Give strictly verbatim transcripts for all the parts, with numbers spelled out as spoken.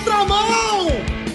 contramão!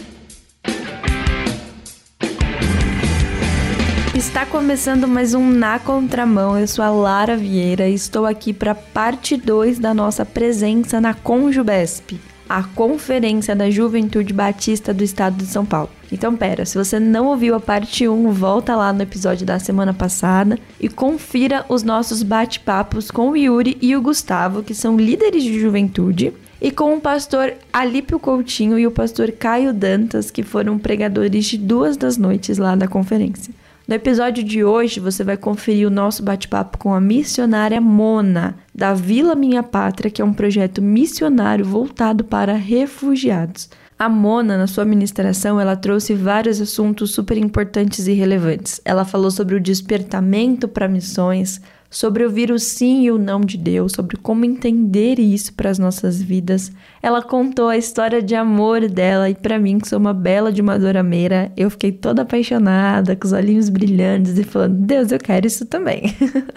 Está começando mais um Na Contramão. Eu sou a Lara Vieira e estou aqui para a parte dois da nossa presença na Conjubesp, a Conferência da Juventude Batista do Estado de São Paulo. Então, pera, se você não ouviu a parte um, volta lá no episódio da semana passada e confira os nossos bate-papos com o Yuri e o Gustavo, que são líderes de juventude, e com o pastor Alípio Coutinho e o pastor Caio Dantas, que foram pregadores de duas das noites lá da conferência. No episódio de hoje, você vai conferir o nosso bate-papo com a missionária Mona, da Vila Minha Pátria, que é um projeto missionário voltado para refugiados. A Mona, na sua ministração, ela trouxe vários assuntos super importantes e relevantes. Ela falou sobre o despertamento para missões, sobre ouvir o sim e o não de Deus, sobre como entender isso para as nossas vidas. Ela contou a história de amor dela e para mim, que sou uma bela de uma dorameira, eu fiquei toda apaixonada, com os olhinhos brilhantes e falando, Deus, eu quero isso também.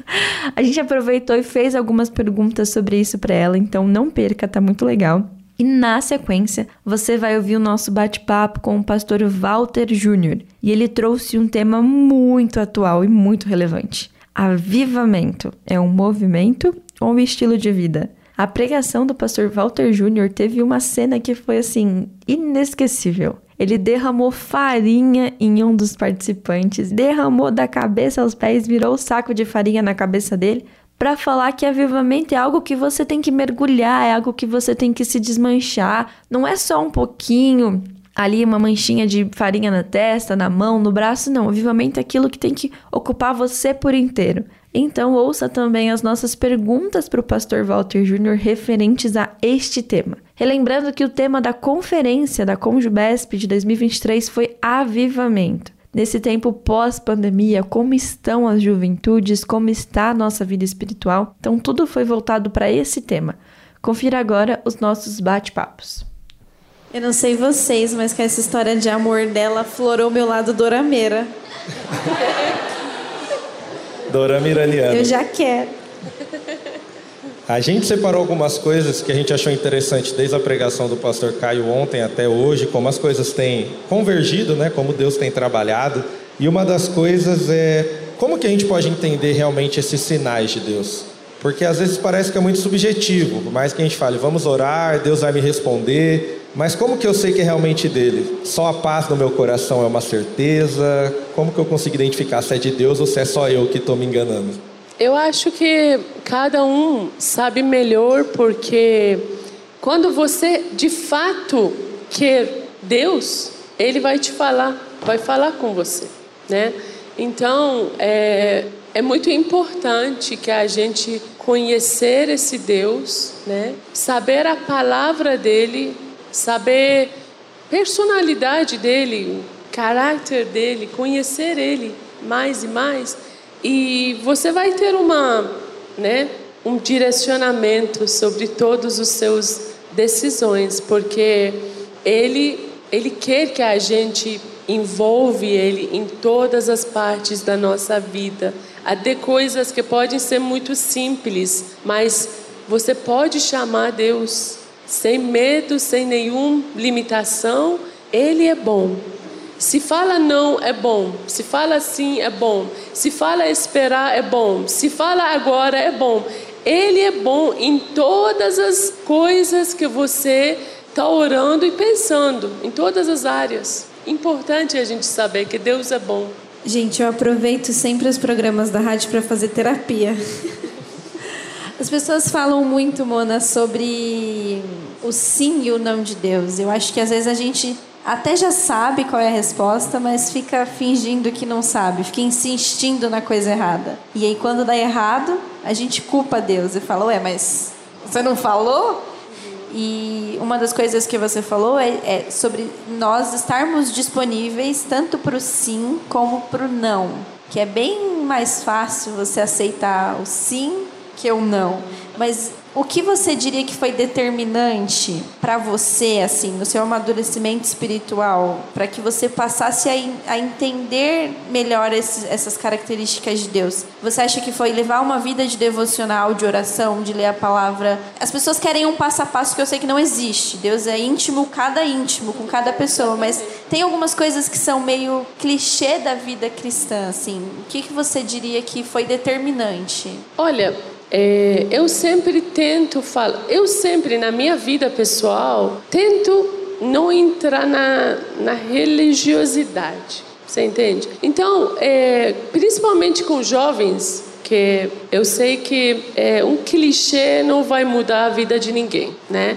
A gente aproveitou e fez algumas perguntas sobre isso para ela, então não perca, tá muito legal. E na sequência, você vai ouvir o nosso bate-papo com o pastor Walter Júnior e ele trouxe um tema muito atual e muito relevante. Avivamento é um movimento ou um estilo de vida? A pregação do pastor Walter Júnior teve uma cena que foi, assim, inesquecível. Ele derramou farinha em um dos participantes, derramou da cabeça aos pés, virou o saco de farinha na cabeça dele para falar que avivamento é algo que você tem que mergulhar, é algo que você tem que se desmanchar. Não é só um pouquinho, ali uma manchinha de farinha na testa, na mão, no braço, não. Avivamento é aquilo que tem que ocupar você por inteiro. Então, ouça também as nossas perguntas para o pastor Walter Júnior referentes a este tema. Relembrando que o tema da conferência da Conjubesp de dois mil e vinte e três foi avivamento. Nesse tempo pós-pandemia, como estão as juventudes, como está a nossa vida espiritual? Então, tudo foi voltado para esse tema. Confira agora os nossos bate-papos. Eu não sei vocês, mas com essa história de amor dela aflorou meu lado dorameira. Doramiraniana. Eu já quero. A gente separou algumas coisas que a gente achou interessante desde a pregação do pastor Caio ontem até hoje, como as coisas têm convergido, né? Como Deus tem trabalhado. E uma das coisas é como que a gente pode entender realmente esses sinais de Deus? Porque às vezes parece que é muito subjetivo, por mais que a gente fale, vamos orar, Deus vai me responder. Mas como que eu sei que é realmente dele? Só a paz no meu coração é uma certeza? Como que eu consigo identificar se é de Deus ou se é só eu que estou me enganando? Eu acho que cada um sabe melhor, porque quando você de fato quer Deus, Ele vai te falar, vai falar com você, né? Então, é, é muito importante que a gente conhecer esse Deus, né? Saber a palavra dEle, saber a personalidade dEle, o caráter dEle, conhecer Ele mais e mais. E você vai ter uma, né, um direcionamento sobre todos os seus decisões, porque Ele, Ele quer que a gente envolve Ele em todas as partes da nossa vida. Há de coisas que podem ser muito simples, mas você pode chamar Deus sem medo, sem nenhuma limitação. Ele é bom. Se fala não, é bom. Se fala sim, é bom. Se fala esperar, é bom. Se fala agora, é bom. Ele é bom em todas as coisas que você está orando e pensando, em todas as áreas. Importante a gente saber que Deus é bom. Gente, eu aproveito sempre os programas da rádio para fazer terapia. As pessoas falam muito, Mona, sobre o sim e o não de Deus. Eu acho que às vezes a gente até já sabe qual é a resposta, mas fica fingindo que não sabe, fica insistindo na coisa errada. E aí quando dá errado, a gente culpa Deus e fala, ué, mas você não falou? E uma das coisas que você falou é, é sobre nós estarmos disponíveis tanto para o sim como para o não. Que é bem mais fácil você aceitar o sim que o não. mas o que você diria que foi determinante para você, assim, no seu amadurecimento espiritual, para que você passasse a, in, a entender melhor esses, essas características de Deus? Você acha que foi levar uma vida de devocional, de oração, de ler a palavra? As pessoas querem um passo a passo que eu sei que não existe. Deus é íntimo, cada íntimo, com cada pessoa, mas tem algumas coisas que são meio clichê da vida cristã, assim. O que, que você diria que foi determinante? Olha, É, eu sempre tento falar, eu sempre na minha vida pessoal tento não entrar na, na religiosidade, você entende? Então, é, principalmente com jovens, que eu sei que é, um clichê não vai mudar a vida de ninguém, né?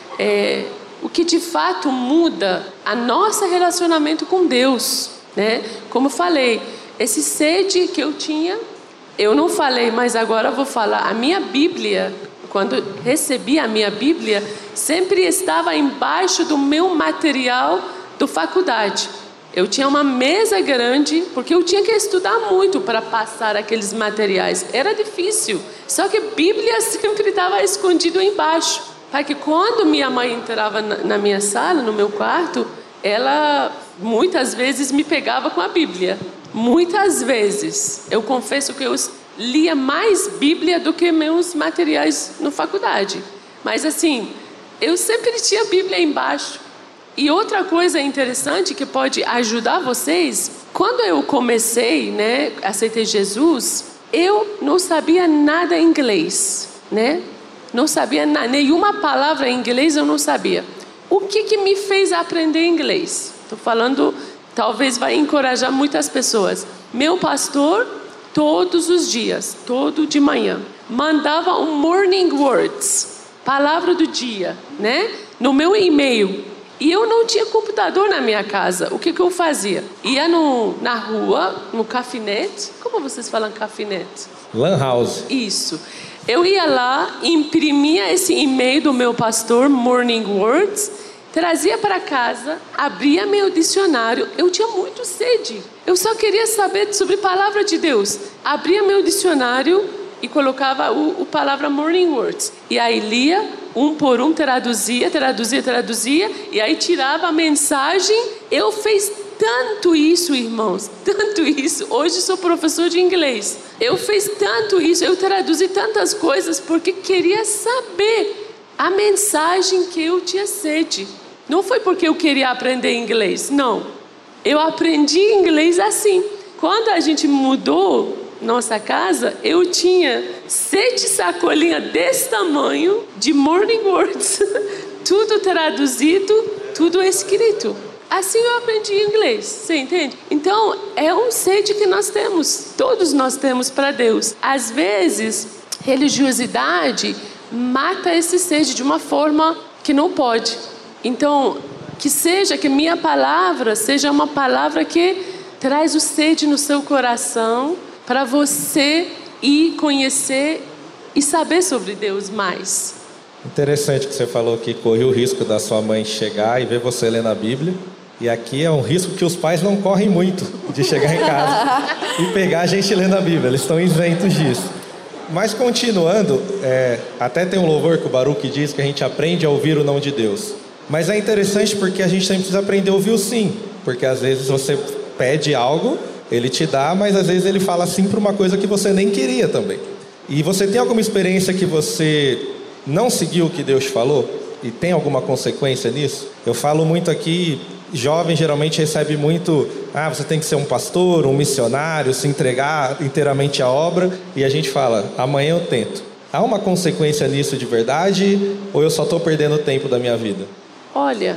É, o que de fato muda a nosso relacionamento com Deus, né? Como eu falei, esse sede que eu tinha, eu não falei, mas agora vou falar. A minha Bíblia, quando recebi a minha Bíblia, sempre estava embaixo do meu material da faculdade. Eu tinha uma mesa grande, porque eu tinha que estudar muito para passar aqueles materiais. Era difícil. Só que a Bíblia sempre estava escondida embaixo. Para que quando minha mãe entrava na minha sala, no meu quarto, ela muitas vezes me pegava com a Bíblia. Muitas vezes, eu confesso que eu lia mais Bíblia do que meus materiais na faculdade. Mas assim, eu sempre tinha a Bíblia embaixo. E outra coisa interessante que pode ajudar vocês, quando eu comecei, né, aceitei Jesus, eu não sabia nada em inglês, né? Não sabia nada, nenhuma palavra em inglês eu não sabia. O que que me fez aprender inglês? Estou falando... Talvez vai encorajar muitas pessoas. Meu pastor, todos os dias, todo de manhã, mandava um morning words, palavra do dia, né? No meu e-mail. E eu não tinha computador na minha casa. O que que eu fazia? Ia no, na rua, no cafinete. Como vocês falam cafinete? Lan house. Isso. Eu ia lá, imprimia esse e-mail do meu pastor, morning words, trazia para casa, abria meu dicionário. Eu tinha muito sede. Eu só queria saber sobre a palavra de Deus. Abria meu dicionário e colocava o, o palavra morning words. E aí lia, um por um, traduzia, traduzia, traduzia. E aí tirava a mensagem. Eu fiz tanto isso, irmãos. Tanto isso. Hoje sou professor de inglês. Eu fiz tanto isso. Eu traduzi tantas coisas porque queria saber a mensagem que eu tinha sede. Não foi porque eu queria aprender inglês, não. Eu aprendi inglês assim. Quando a gente mudou nossa casa, eu tinha sete sacolinhas desse tamanho de morning words. Tudo traduzido, tudo escrito. Assim eu aprendi inglês, você entende? Então, é um sede que nós temos. Todos nós temos para Deus. Às vezes, religiosidade mata esse sede de uma forma que não pode. Então, que seja, que minha palavra seja uma palavra que traz o sede no seu coração para você ir conhecer e saber sobre Deus mais. Interessante que você falou que correu o risco da sua mãe chegar e ver você lendo a Bíblia. E aqui é um risco que os pais não correm muito, de chegar em casa e pegar a gente lendo a Bíblia. Eles estão isentos disso. Mas continuando, é, até tem um louvor que o Baruch diz que a gente aprende a ouvir o não de Deus. Mas é interessante porque a gente sempre precisa aprender a ouvir o sim. Porque às vezes você pede algo, ele te dá, mas às vezes ele fala sim para uma coisa que você nem queria também. E você tem alguma experiência que você não seguiu o que Deus falou? E tem alguma consequência nisso? Eu falo muito aqui, jovem geralmente recebe muito, ah, você tem que ser um pastor, um missionário, se entregar inteiramente à obra. E a gente fala, amanhã eu tento. Há uma consequência nisso de verdade? Ou eu só estou perdendo o tempo da minha vida? Olha,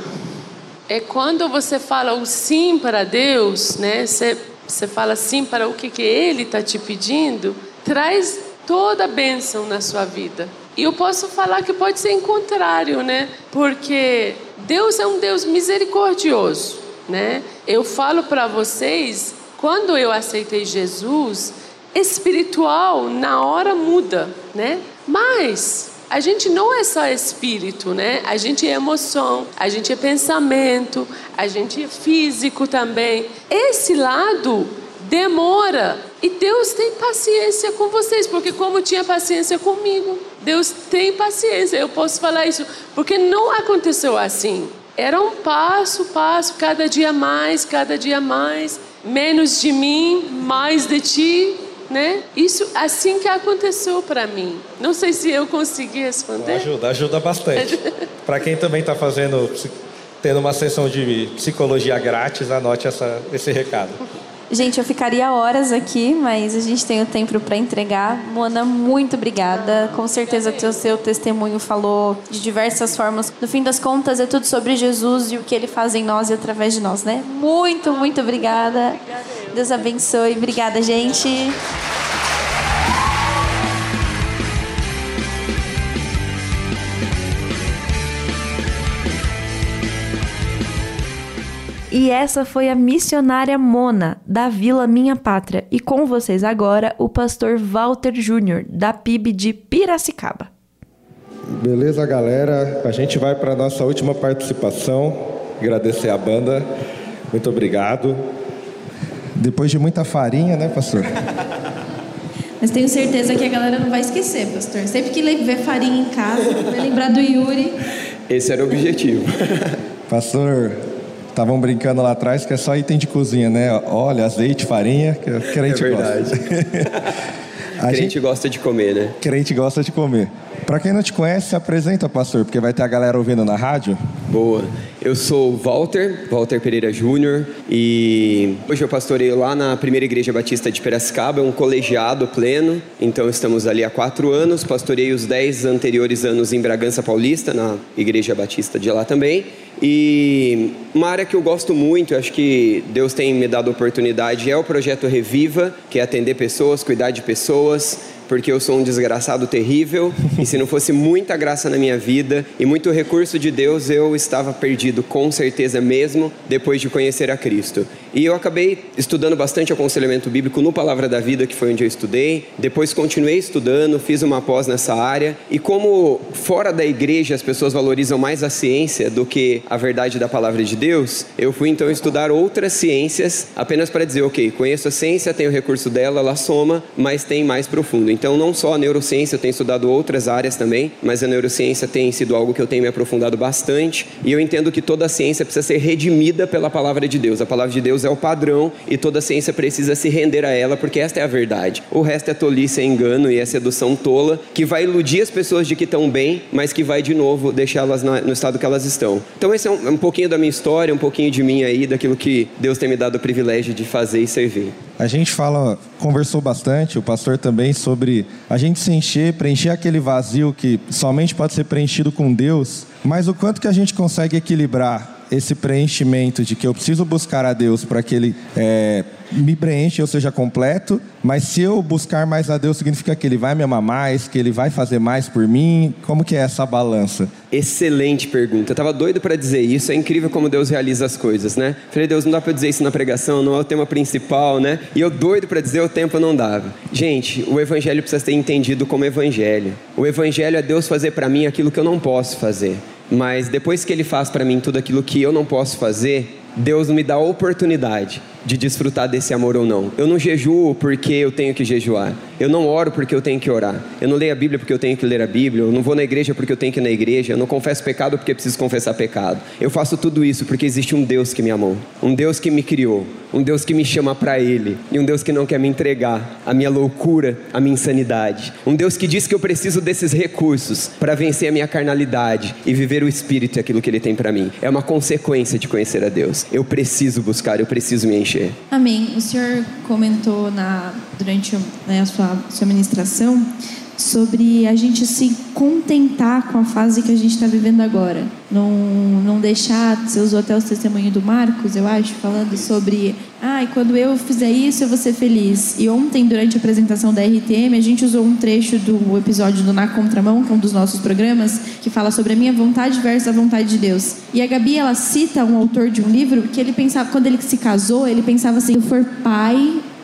é quando você fala o sim para Deus, né? Você, você fala sim para o que, que Ele está te pedindo, traz toda a bênção na sua vida. E eu posso falar que pode ser em contrário, né? Porque Deus é um Deus misericordioso, né? Eu falo para vocês, quando eu aceitei Jesus, espiritual na hora muda, né? Mas a gente não é só espírito, né? A gente é emoção, a gente é pensamento, a gente é físico também. Esse lado demora E Deus tem paciência com vocês, porque como tinha paciência comigo, Deus tem paciência. Eu posso falar isso, porque não aconteceu assim. Era um passo, passo, cada dia mais, cada dia mais. Menos de mim, mais de ti, né? Isso assim que aconteceu para mim. Não sei se eu consegui responder. Ajuda, ajuda bastante. Para quem também está fazendo, tendo uma sessão de psicologia grátis, anote essa, esse recado. Gente, eu ficaria horas aqui, mas a gente tem o tempo para entregar. Mona, muito obrigada. Com certeza o seu testemunho falou de diversas formas. No fim das contas, é tudo sobre Jesus e o que Ele faz em nós e através de nós, né? Muito, muito obrigada. Deus abençoe. Obrigada, gente. E essa foi a missionária Mona, da Vila Minha Pátria. E com vocês agora, o pastor Walter Júnior, da P I B de Piracicaba. Beleza, galera? A gente vai para a nossa última participação. Agradecer a banda. Muito obrigado. Depois de muita farinha, né, pastor? Mas tenho certeza que a galera não vai esquecer, pastor. Sempre que ver farinha em casa, vai lembrar do Yuri. Esse era o objetivo. Pastor... Estavam brincando lá atrás que é só item de cozinha, né? Óleo, azeite, farinha, que a crente é verdade. gosta. A crente gente... gosta de comer, né? Crente gosta de comer. Para quem não te conhece, se apresenta, pastor, porque vai ter a galera ouvindo na rádio. Boa. Eu sou Walter, Walter Pereira Júnior, e hoje eu pastoreio lá na Primeira Igreja Batista de Piracicaba, um colegiado pleno, então estamos ali há quatro anos, pastorei os dez anteriores anos em Bragança Paulista, na Igreja Batista de lá também, e uma área que eu gosto muito, eu acho que Deus tem me dado oportunidade, é o projeto Reviva, que é atender pessoas, cuidar de pessoas, porque eu sou um desgraçado terrível, e se não fosse muita graça na minha vida e muito recurso de Deus, eu estava perdido, com certeza mesmo, depois de conhecer a Cristo. E eu acabei estudando bastante aconselhamento bíblico no Palavra da Vida, que foi onde eu estudei, depois continuei estudando, fiz uma pós nessa área, e como fora da igreja as pessoas valorizam mais a ciência do que a verdade da Palavra de Deus, eu fui então estudar outras ciências, apenas para dizer, ok, conheço a ciência, tenho o recurso dela, ela soma, mas tem mais profundo. Então, não só a neurociência, eu tenho estudado outras áreas também, mas a neurociência tem sido algo que eu tenho me aprofundado bastante, e eu entendo que toda a ciência precisa ser redimida pela Palavra de Deus. A Palavra de Deus é o padrão, e toda a ciência precisa se render a ela, porque esta é a verdade. O resto é tolice, é engano e é sedução tola, que vai iludir as pessoas de que estão bem, mas que vai de novo deixá-las no estado que elas estão. Então esse é um, um pouquinho da minha história, um pouquinho de mim aí, daquilo que Deus tem me dado o privilégio de fazer e servir. A gente fala, conversou bastante, o pastor também, sobre a gente se encher, preencher aquele vazio que somente pode ser preenchido com Deus, mas o quanto que a gente consegue equilibrar esse preenchimento de que eu preciso buscar a Deus para que Ele é, me preencha, eu seja completo, mas se eu buscar mais a Deus, significa que Ele vai me amar mais, que Ele vai fazer mais por mim? Como que é essa balança? Excelente pergunta. Eu estava doido para dizer isso. É incrível como Deus realiza as coisas, né? Falei, Deus, não dá para dizer isso na pregação, não é o tema principal, né? E eu doido para dizer, o tempo não dava. Gente, o Evangelho precisa ser entendido como Evangelho. O Evangelho é Deus fazer para mim aquilo que eu não posso fazer. Mas depois que Ele faz para mim tudo aquilo que eu não posso fazer, Deus me dá a oportunidade de desfrutar desse amor ou não. Eu não jejuo porque eu tenho que jejuar. Eu não oro porque eu tenho que orar. Eu não leio a Bíblia porque eu tenho que ler a Bíblia. Eu não vou na igreja porque eu tenho que ir na igreja. Eu não confesso pecado porque eu preciso confessar pecado. Eu faço tudo isso porque existe um Deus que me amou. Um Deus que me criou. Um Deus que me chama para Ele. E um Deus que não quer me entregar a minha loucura, a minha insanidade. Um Deus que diz que eu preciso desses recursos para vencer a minha carnalidade e viver o Espírito e aquilo que Ele tem para mim. É uma consequência de conhecer a Deus. Eu preciso buscar, eu preciso me encher. Amém. O senhor comentou na, durante né, a sua, sua ministração sobre a gente se contentar com a fase que a gente está vivendo agora. Não, não deixar, você usou até o testemunho do Marcos, eu acho, falando sobre, ah, e quando eu fizer isso eu vou ser feliz. E ontem, durante a apresentação da R T M, a gente usou um trecho do episódio do Na Contramão, que é um dos nossos programas, que fala sobre a minha vontade versus a vontade de Deus. E a Gabi, ela cita um autor de um livro que ele pensava, quando ele se casou, ele pensava assim, se eu for pai,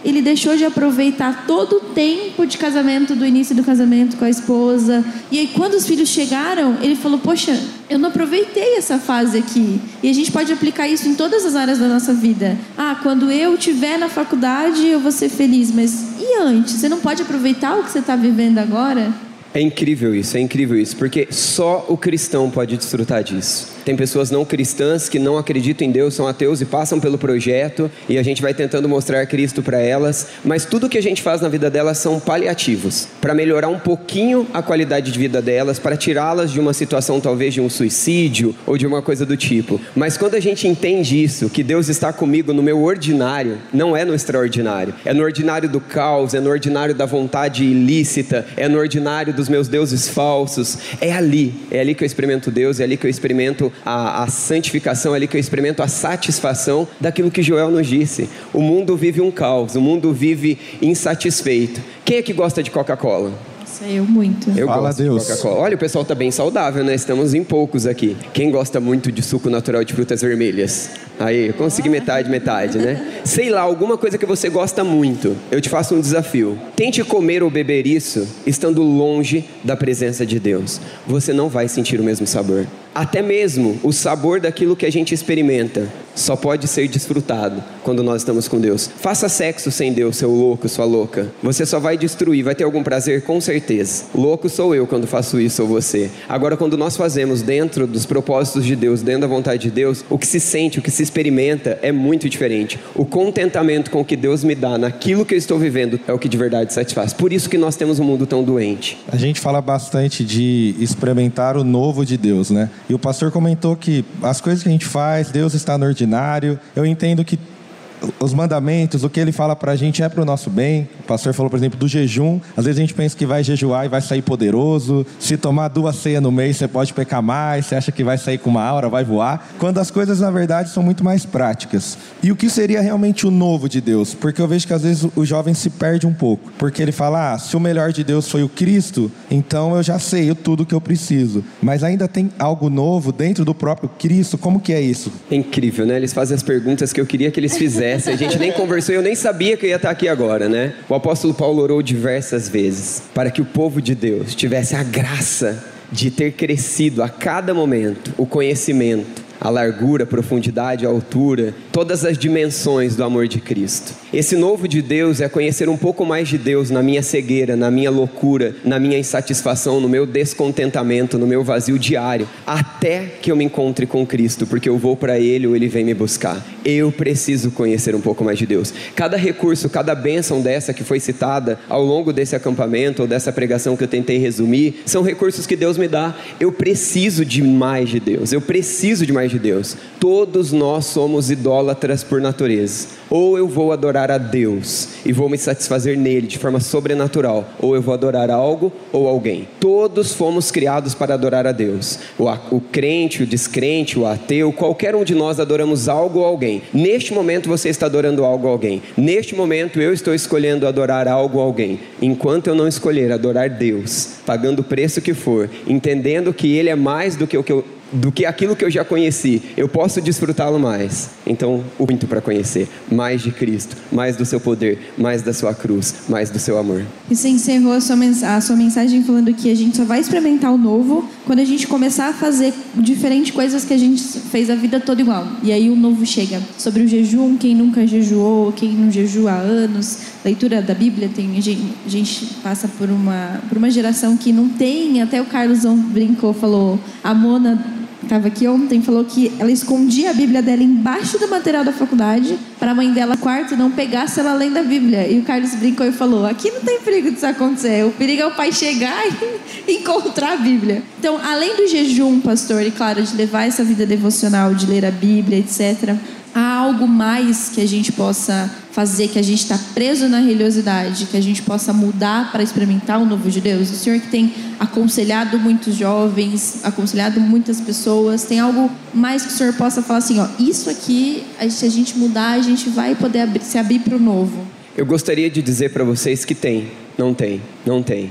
ele deixou de aproveitar todo o tempo de casamento, do início do casamento com a esposa. E aí quando os filhos chegaram, ele falou, poxa, eu não aproveitei essa fase aqui. E a gente pode aplicar isso em todas as áreas da nossa vida. Ah, quando eu estiver na faculdade, eu vou ser feliz. Mas e antes? Você não pode aproveitar o que você está vivendo agora? É incrível isso, é incrível isso, porque só o cristão pode desfrutar disso. Tem pessoas não cristãs que não acreditam em Deus, são ateus e passam pelo projeto e a gente vai tentando mostrar Cristo para elas, mas tudo que a gente faz na vida delas são paliativos, para melhorar um pouquinho a qualidade de vida delas, para tirá-las de uma situação talvez de um suicídio ou de uma coisa do tipo. Mas quando a gente entende isso, que Deus está comigo no meu ordinário, não é no extraordinário, é no ordinário do caos, é no ordinário da vontade ilícita, é no ordinário dos meus deuses falsos, é ali, é ali que eu experimento Deus, é ali que eu experimento A, a santificação, é ali que eu experimento a satisfação daquilo que Joel nos disse. O mundo vive um caos, o mundo vive insatisfeito. Quem é que gosta de Coca-Cola? Nossa, eu muito. Eu Fala gosto Deus. de Coca-Cola. Olha, o pessoal tá bem saudável, né? Estamos em poucos aqui. Quem gosta muito de suco natural de frutas vermelhas? Aí, eu consegui metade, metade, né? Sei lá, alguma coisa que você gosta muito. Eu te faço um desafio. Tente comer ou beber isso estando longe da presença de Deus. Você não vai sentir o mesmo sabor. Até mesmo o sabor daquilo que a gente experimenta só pode ser desfrutado quando nós estamos com Deus. Faça sexo sem Deus, seu louco, sua louca. Você só vai destruir, vai ter algum prazer, com certeza. Louco sou eu quando faço isso, ou você. Agora, quando nós fazemos dentro dos propósitos de Deus, dentro da vontade de Deus, o que se sente, o que se experimenta é muito diferente. O contentamento com o que Deus me dá naquilo que eu estou vivendo é o que de verdade satisfaz. Por isso que nós temos um mundo tão doente. A gente fala bastante de experimentar o novo de Deus, né? E o pastor comentou que as coisas que a gente faz, Deus está no ordinário. Eu entendo que os mandamentos, o que ele fala pra gente é pro nosso bem. O pastor falou, por exemplo, do jejum. Às vezes a gente pensa que vai jejuar e vai sair poderoso. Se tomar duas ceias no mês, você pode pecar mais. Você acha que vai sair com uma aura, vai voar. Quando as coisas, na verdade, são muito mais práticas. E o que seria realmente o novo de Deus? Porque eu vejo que às vezes o jovem se perde um pouco. Porque ele fala, ah, se o melhor de Deus foi o Cristo, então eu já sei tudo que eu preciso. Mas ainda tem algo novo dentro do próprio Cristo. Como que é isso? É incrível, né? Eles fazem as perguntas que eu queria que eles fizessem. A gente nem conversou, eu nem sabia que eu ia estar aqui agora, né? O apóstolo Paulo orou diversas vezes para que o povo de Deus tivesse a graça de ter crescido a cada momento o conhecimento, a largura, a profundidade, a altura, todas as dimensões do amor de Cristo. Esse novo de Deus é conhecer um pouco mais de Deus na minha cegueira, na minha loucura, na minha insatisfação, no meu descontentamento, no meu vazio diário, até que eu me encontre com Cristo, porque eu vou para Ele ou Ele vem me buscar. Eu preciso conhecer um pouco mais de Deus. Cada recurso, cada bênção dessa que foi citada ao longo desse acampamento ou dessa pregação que eu tentei resumir, são recursos que Deus me dá. Eu preciso de mais de Deus, eu preciso de mais de Deus. Todos nós somos idólatras por natureza. Ou eu vou adorar a Deus e vou me satisfazer nele de forma sobrenatural, ou eu vou adorar algo ou alguém. Todos fomos criados para adorar a Deus. O, o crente, o descrente, o ateu, qualquer um de nós adoramos algo ou alguém. Neste momento você está adorando algo ou alguém. Neste momento eu estou escolhendo adorar algo ou alguém. Enquanto eu não escolher adorar Deus, pagando o preço que for, entendendo que Ele é mais do que o que eu do que aquilo que eu já conheci, eu posso desfrutá-lo mais. Então, o muito para conhecer mais de Cristo, mais do seu poder, mais da sua cruz, mais do seu amor. E você encerrou a sua, mens- a sua mensagem falando que a gente só vai experimentar o novo quando a gente começar a fazer diferentes coisas que a gente fez a vida toda igual. E aí o novo chega. Sobre o jejum, quem nunca jejuou, quem não jejua há anos, leitura da Bíblia, tem, a, gente, a gente passa por uma, por uma geração que não tem, até o Carlosão brincou, falou, a Mona estava aqui ontem, falou que ela escondia a Bíblia dela embaixo do material da faculdade para a mãe dela, quarto, não pegasse ela lendo a Bíblia. E o Carlos brincou e falou, aqui não tem perigo disso acontecer, o perigo é o pai chegar e encontrar a Bíblia. Então, além do jejum, pastor, e claro, de levar essa vida devocional, de ler a Bíblia, etcétera, há algo mais que a gente possa fazer, que a gente está preso na religiosidade, que a gente possa mudar para experimentar o novo de Deus? O Senhor que tem aconselhado muitos jovens, aconselhado muitas pessoas, tem algo mais que o Senhor possa falar assim, ó, isso aqui, se a gente mudar, a gente vai poder abrir, se abrir para o novo? Eu gostaria de dizer para vocês que tem, não tem, não tem.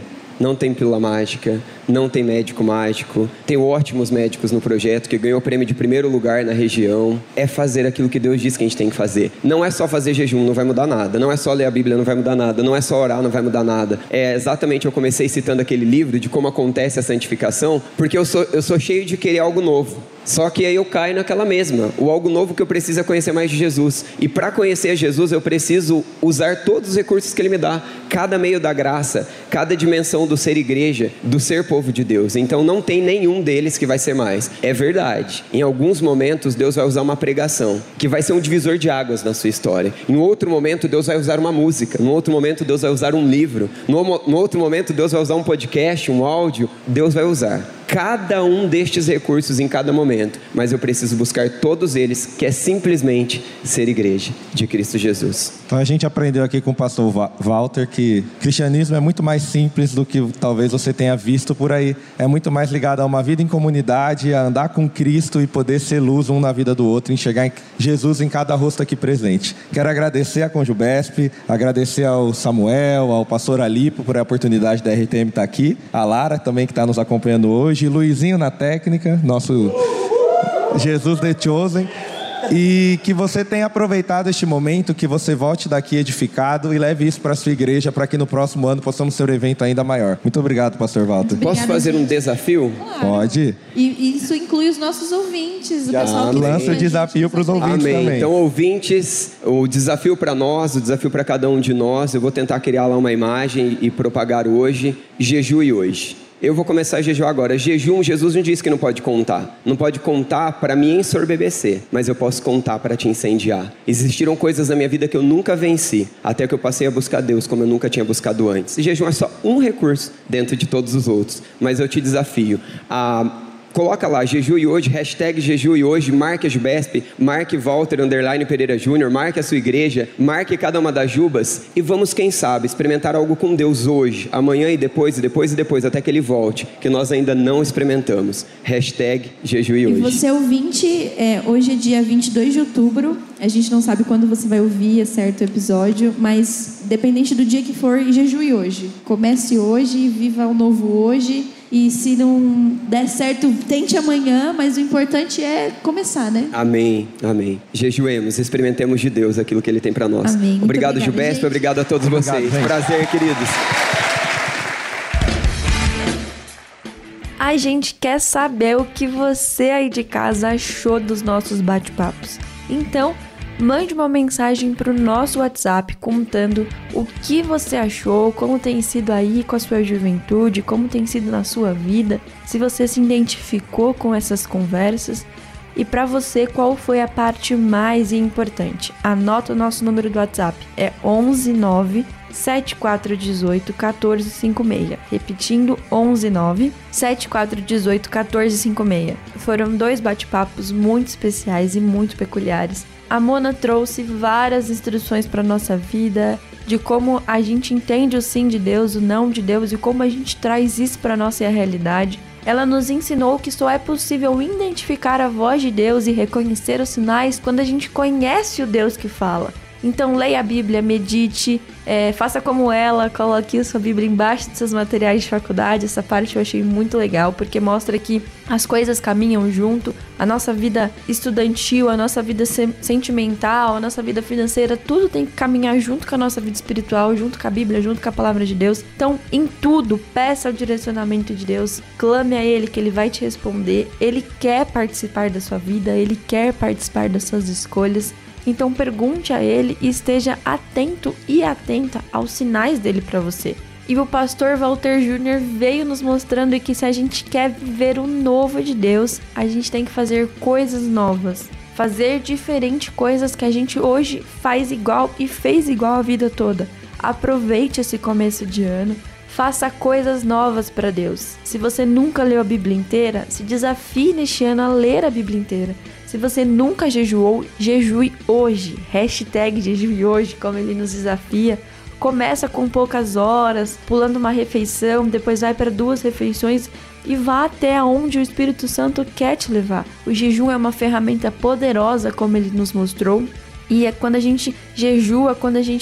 não tem pílula mágica, não tem médico mágico, tem ótimos médicos no projeto que ganhou o prêmio de primeiro lugar na região. É fazer aquilo que Deus diz que a gente tem que fazer. Não é só fazer jejum, não vai mudar nada. Não é só ler a Bíblia, não vai mudar nada. Não é só orar, não vai mudar nada. É exatamente, eu comecei citando aquele livro de como acontece a santificação, porque eu sou, eu sou cheio de querer algo novo. Só que aí eu caio naquela mesma. O algo novo que eu preciso é conhecer mais de Jesus. E para conhecer a Jesus, eu preciso usar todos os recursos que Ele me dá. Cada meio da graça, cada dimensão do ser igreja, do ser povo de Deus. Então não tem nenhum deles que vai ser mais. É verdade. Em alguns momentos, Deus vai usar uma pregação, que vai ser um divisor de águas na sua história. Em outro momento, Deus vai usar uma música. No outro momento, Deus vai usar um livro. No, no outro momento, Deus vai usar um podcast, um áudio. Deus vai usar cada um destes recursos em cada momento, mas eu preciso buscar todos eles, que é simplesmente ser igreja de Cristo Jesus. Então a gente aprendeu aqui com o pastor Walter que cristianismo é muito mais simples do que talvez você tenha visto por aí. É muito mais ligado a uma vida em comunidade, a andar com Cristo e poder ser luz um na vida do outro, enxergar Jesus em cada rosto aqui presente. Quero agradecer a Conjubesp, agradecer ao Samuel, ao pastor Alipo por a oportunidade da R T M estar aqui, a Lara também que está nos acompanhando hoje, Luizinho na técnica, nosso Jesus The Chosen. E que você tenha aproveitado este momento, que você volte daqui edificado e leve isso para a sua igreja, para que no próximo ano possamos ter um evento ainda maior. Muito obrigado, pastor Walter. Obrigada, Posso fazer gente. um desafio? Claro. Pode. E isso inclui os nossos ouvintes, o Já pessoal que lança o desafio para os ouvintes Amém. também. Então, ouvintes, o desafio para nós, o desafio para cada um de nós, eu vou tentar criar lá uma imagem e propagar hoje. Jejue hoje. Eu vou começar a jejuar agora. Jejum, Jesus não disse que não pode contar. Não pode contar para me ensorbebecer, mas eu posso contar para te incendiar. Existiram coisas na minha vida que eu nunca venci, até que eu passei a buscar Deus como eu nunca tinha buscado antes. E jejum é só um recurso dentro de todos os outros, mas eu te desafio a... Coloca lá, jejue hoje, hashtag jejue hoje, marque a Jubesp, marque Walter, underline Pereira Júnior, marque a sua igreja, marque cada uma das Jubas e vamos, quem sabe, experimentar algo com Deus hoje, amanhã e depois, e depois e depois, até que Ele volte, que nós ainda não experimentamos. Hashtag jejue hoje. E você ouvinte, é, hoje é dia vinte e dois de outubro, a gente não sabe quando você vai ouvir, é certo, o episódio, mas dependente do dia que for, jejue hoje. Comece hoje, viva o novo hoje. E se não der certo, tente amanhã, mas o importante é começar, né? Amém, amém. Jejuemos, experimentemos de Deus aquilo que Ele tem para nós. Amém. Obrigado, Jubesp, obrigado a todos Obrigado, vocês. gente. Prazer, queridos. A gente quer saber o que você aí de casa achou dos nossos bate-papos. Então, mande uma mensagem para o nosso WhatsApp contando o que você achou, como tem sido aí com a sua juventude, como tem sido na sua vida, se você se identificou com essas conversas e para você qual foi a parte mais importante. Anota o nosso número do WhatsApp, é onze nove sete quatro um oito um quatro cinco seis. Repetindo, onze nove sete quatro um oito um quatro cinco seis. Foram dois bate-papos muito especiais e muito peculiares. A Mona trouxe várias instruções para a nossa vida, de como a gente entende o sim de Deus, o não de Deus e como a gente traz isso para a nossa realidade. Ela nos ensinou que só é possível identificar a voz de Deus e reconhecer os sinais quando a gente conhece o Deus que fala. Então leia a Bíblia, medite, é, faça como ela, coloque a sua Bíblia embaixo dos seus materiais de faculdade. Essa parte eu achei muito legal, porque mostra que as coisas caminham junto. A nossa vida estudantil, a nossa vida se- sentimental, a nossa vida financeira, tudo tem que caminhar junto com a nossa vida espiritual, junto com a Bíblia, junto com a palavra de Deus. Então, em tudo, peça o direcionamento de Deus, clame a Ele que Ele vai te responder. Ele quer participar da sua vida, Ele quer participar das suas escolhas. Então pergunte a Ele e esteja atento e atenta aos sinais dele para você. E o pastor Walter Júnior veio nos mostrando que se a gente quer viver o novo de Deus, a gente tem que fazer coisas novas. Fazer diferente coisas que a gente hoje faz igual e fez igual a vida toda. Aproveite esse começo de ano. Faça coisas novas para Deus. Se você nunca leu a Bíblia inteira, se desafie neste ano a ler a Bíblia inteira. Se você nunca jejuou, jejue hoje. Hashtag jejue hoje, como ele nos desafia. Começa com poucas horas, pulando uma refeição, depois vai para duas refeições e vá até onde o Espírito Santo quer te levar. O jejum é uma ferramenta poderosa, como ele nos mostrou. E é quando a gente jejua, quando a gente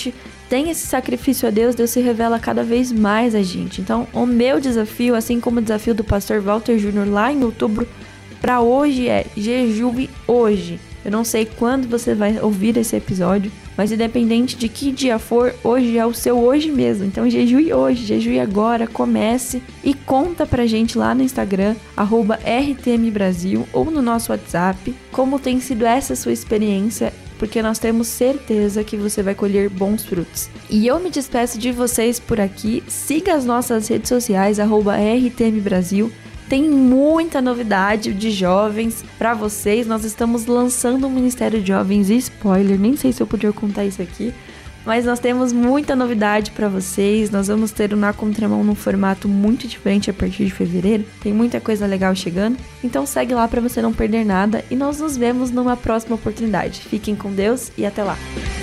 tem esse sacrifício a Deus, Deus se revela cada vez mais a gente. Então, o meu desafio, assim como o desafio do pastor Walter Júnior lá em outubro, para hoje é jejue hoje. Eu não sei quando você vai ouvir esse episódio, mas independente de que dia for, hoje é o seu hoje mesmo. Então jejue hoje, jejue agora, comece e conta pra gente lá no Instagram, arroba R T M Brasil, ou no nosso WhatsApp, como tem sido essa sua experiência, porque nós temos certeza que você vai colher bons frutos. E eu me despeço de vocês por aqui. Siga as nossas redes sociais, arroba R T M Brasil. Tem muita novidade de jovens para vocês. Nós estamos lançando um Ministério de Jovens, spoiler, nem sei se eu podia contar isso aqui, mas nós temos muita novidade para vocês. Nós vamos ter o Na Contramão num formato muito diferente a partir de fevereiro. Tem muita coisa legal chegando, então segue lá para você não perder nada e nós nos vemos numa próxima oportunidade. Fiquem com Deus e até lá!